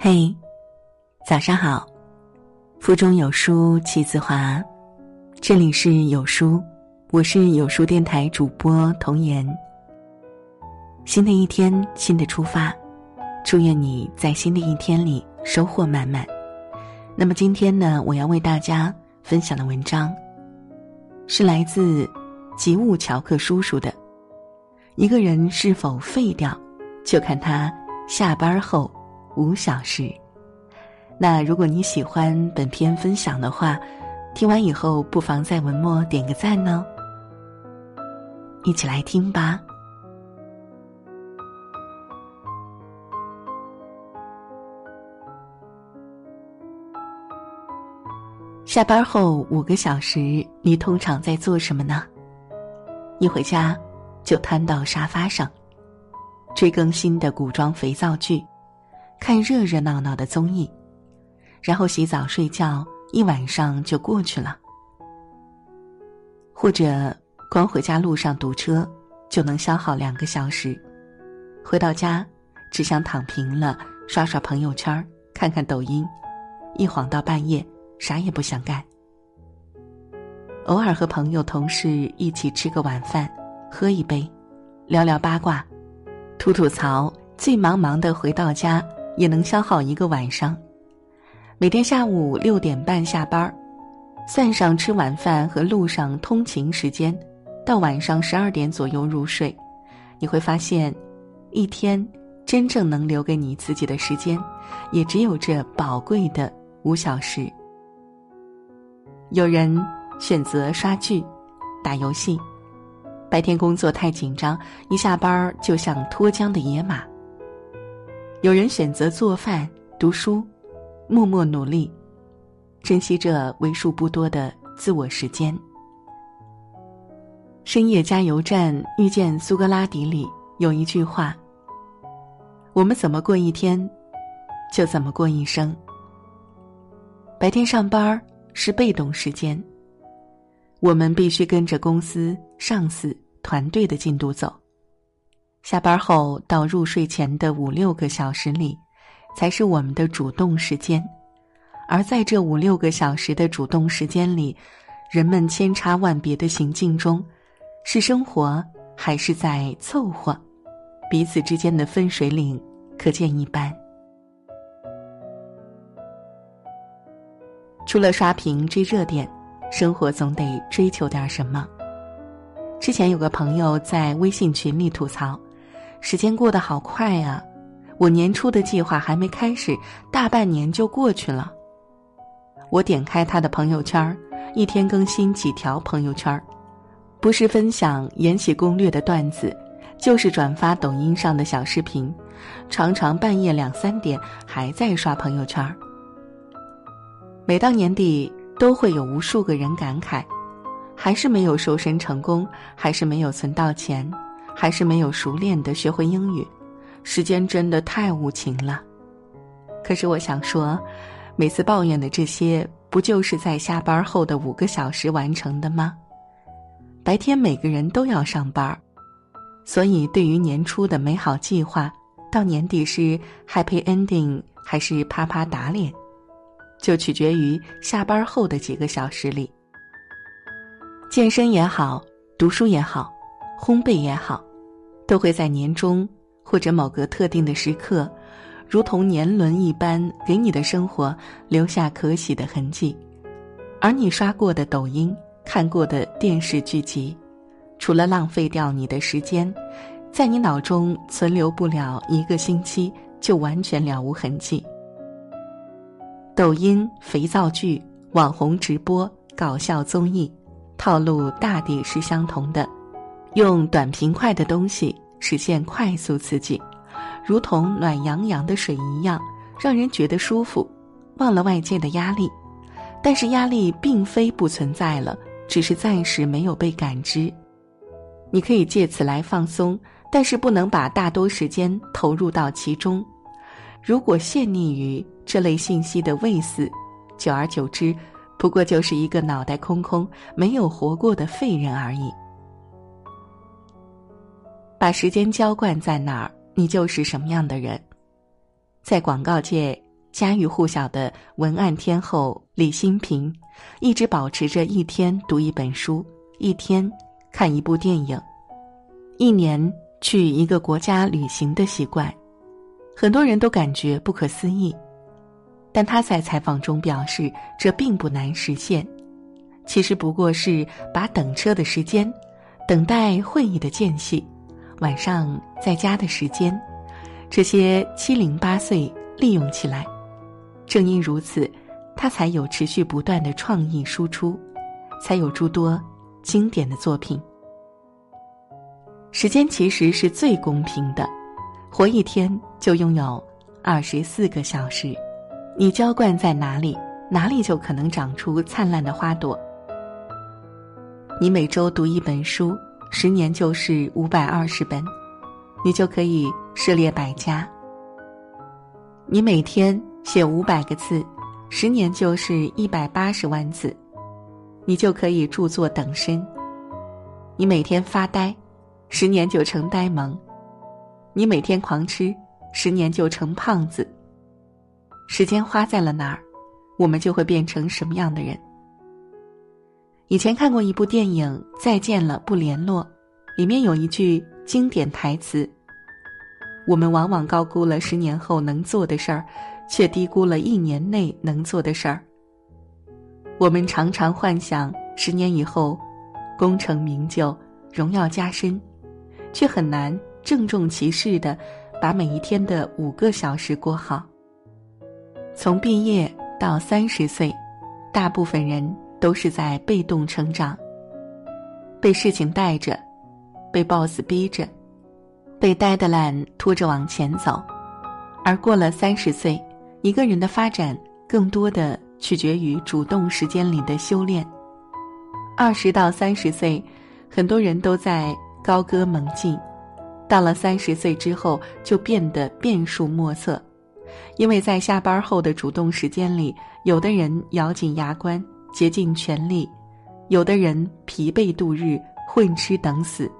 嘿，早上好，腹中有书气自华，这里是有书，我是有书电台主播童言。新的一天，新的出发，祝愿你在新的一天里收获满满。那么今天呢，我要为大家分享的文章是来自吉务乔克叔叔的，一个人是否废掉，就看他下班后5小时。那如果你喜欢本篇分享的话，听完以后不妨在文末点个赞哦。一起来听吧。下班后5个小时，你通常在做什么呢？一回家就瘫到沙发上，追更新的古装肥皂剧，看热热闹闹的综艺，然后洗澡睡觉，一晚上就过去了。或者光回家路上堵车就能消耗2个小时，回到家只想躺平了，刷刷朋友圈，看看抖音，一晃到半夜，啥也不想干。偶尔和朋友同事一起吃个晚饭，喝一杯，聊聊八卦，吐吐槽，最忙的回到家也能消耗1个晚上。每天下午6点半下班，算上吃晚饭和路上通勤时间，到晚上12点左右入睡，你会发现一天真正能留给你自己的时间也只有这宝贵的5小时。有人选择刷剧、打游戏，白天工作太紧张，一下班就像脱缰的野马。有人选择做饭、读书，默默努力，珍惜这为数不多的自我时间。深夜加油站遇见苏格拉底里有一句话：我们怎么过一天，就怎么过一生。白天上班是被动时间，我们必须跟着公司、上司、团队的进度走。下班后到入睡前的5-6个小时里，才是我们的主动时间。而在这5-6个小时的主动时间里，人们千差万别的行径中，是生活还是在凑合，彼此之间的分水岭可见一斑。除了刷屏追热点，生活总得追求点什么。之前有个朋友在微信群里吐槽，时间过得好快啊，我年初的计划还没开始，大半年就过去了。我点开他的朋友圈，一天更新几条朋友圈，不是分享延禧攻略的段子，就是转发抖音上的小视频，常常半夜2-3点还在刷朋友圈。每到年底都会有无数个人感慨，还是没有瘦身成功，还是没有存到钱，还是没有熟练地学会英语，时间真的太无情了。可是我想说，每次抱怨的这些，不就是在下班后的5个小时完成的吗？白天每个人都要上班，所以对于年初的美好计划，到年底是 happy ending 还是啪啪打脸，就取决于下班后的几个小时里。健身也好，读书也好，烘焙也好，都会在年终或者某个特定的时刻，如同年轮一般，给你的生活留下可喜的痕迹。而你刷过的抖音，看过的电视剧集，除了浪费掉你的时间，在你脑中存留不了1个星期，就完全了无痕迹。抖音、肥皂剧、网红直播、搞笑综艺，套路大抵是相同的，用短平快的东西实现快速刺激，如同暖洋洋的水一样，让人觉得舒服，忘了外界的压力。但是压力并非不存在了，只是暂时没有被感知。你可以借此来放松，但是不能把大多时间投入到其中。如果陷溺于这类信息的喂饲，久而久之，不过就是一个脑袋空空、没有活过的废人而已。把时间浇灌在哪儿，你就是什么样的人。在广告界家喻户晓的文案天后李新平，一直保持着一天读一本书，一天看一部电影，一年去一个国家旅行的习惯。很多人都感觉不可思议，但他在采访中表示，这并不难实现，其实不过是把等车的时间、等待会议的间隙、晚上在家的时间，这些七零八碎利用起来。正因如此，他才有持续不断的创意输出，才有诸多经典的作品。时间其实是最公平的，活一天就拥有24个小时，你浇灌在哪里，哪里就可能长出灿烂的花朵。你每周读一本书，10年就是520本，你就可以涉猎百家。你每天写500个字，10年就是180万字，你就可以著作等身。你每天发呆，10年就成呆萌；你每天狂吃，10年就成胖子。时间花在了哪儿，我们就会变成什么样的人。以前看过一部电影《再见了，不联络》，里面有一句经典台词：我们往往高估了10年后能做的事儿，却低估了1年内能做的事儿。我们常常幻想10年以后功成名就、荣耀加身，却很难郑重其事地把每一天的5个小时过好。从毕业到30岁，大部分人都是在被动成长，被事情带着，被 boss 逼着，被 deadline 拖着往前走。而过了30岁，一个人的发展更多的取决于主动时间里的修炼。20到30岁，很多人都在高歌猛进，到了30岁之后就变得变数莫测，因为在下班后的主动时间里，有的人咬紧牙关竭尽全力，有的人疲惫度日混吃等死。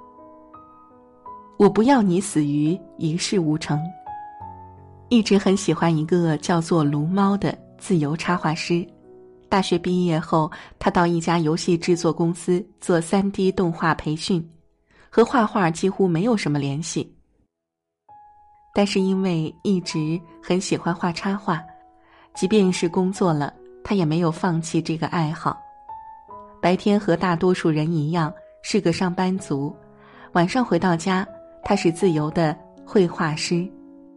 我不要你死于一事无成。一直很喜欢一个叫做卢猫的自由插画师。大学毕业后，他到一家游戏制作公司做 3D 动画培训，和画画几乎没有什么联系。但是因为一直很喜欢画插画，即便是工作了，他也没有放弃这个爱好。白天和大多数人一样是个上班族，晚上回到家，他是自由的绘画师。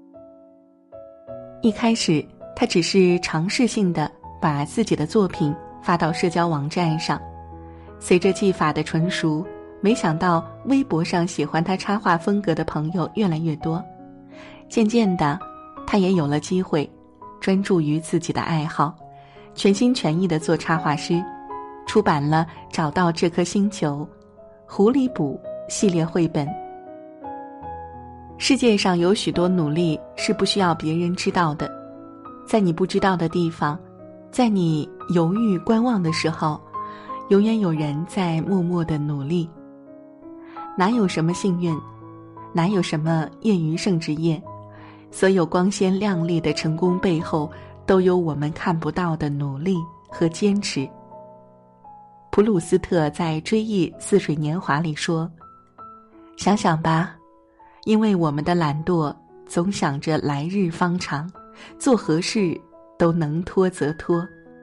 一开始他只是尝试性的把自己的作品发到社交网站上，随着技法的纯熟，没想到微博上喜欢他插画风格的朋友越来越多。渐渐的，他也有了机会专注于自己的爱好，全心全意地做插画师，出版了《找到这颗星球》、《狐狸捕》系列绘本。世界上有许多努力是不需要别人知道的，在你不知道的地方，在你犹豫观望的时候，永远有人在默默地努力。哪有什么幸运，哪有什么业余圣职业，所有光鲜亮丽的成功背后，都有我们看不到的努力和坚持。普鲁斯特在《追忆似水年华》里说，想想吧，因为我们的懒惰总想着来日方长，做何事都能拖则拖。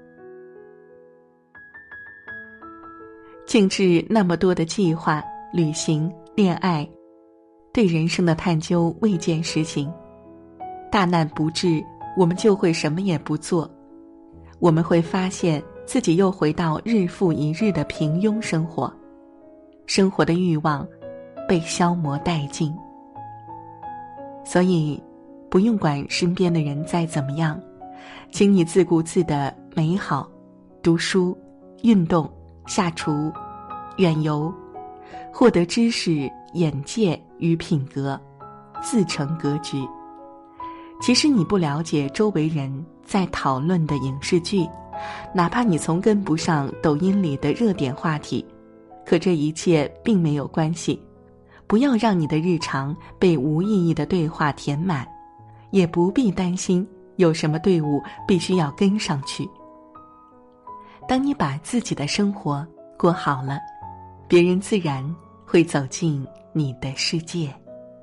静置那么多的计划、旅行、恋爱，对人生的探究未见实行。大难不至，我们就会什么也不做，我们会发现自己又回到日复一日的平庸生活，生活的欲望被消磨殆尽。所以不用管身边的人再怎么样，请你自顾自的美好，读书、运动、下厨、远游，获得知识、眼界与品格，自成格局。即使你不了解周围人在讨论的影视剧，哪怕你从跟不上抖音里的热点话题，可这一切并没有关系。不要让你的日常被无意义的对话填满，也不必担心有什么队伍必须要跟上去。当你把自己的生活过好了，别人自然会走进你的世界。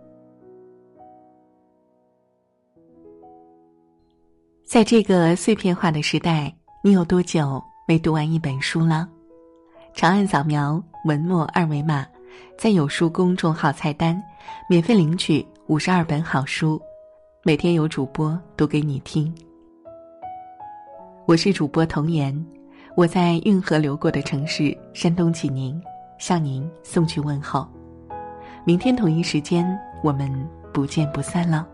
在这个碎片化的时代，你有多久没读完一本书了？长按扫描文末二维码，在有书公众号菜单免费领取52本好书，每天有主播读给你听。我是主播童言，我在运河流过的城市山东济宁向您送去问候。明天同一时间，我们不见不散了。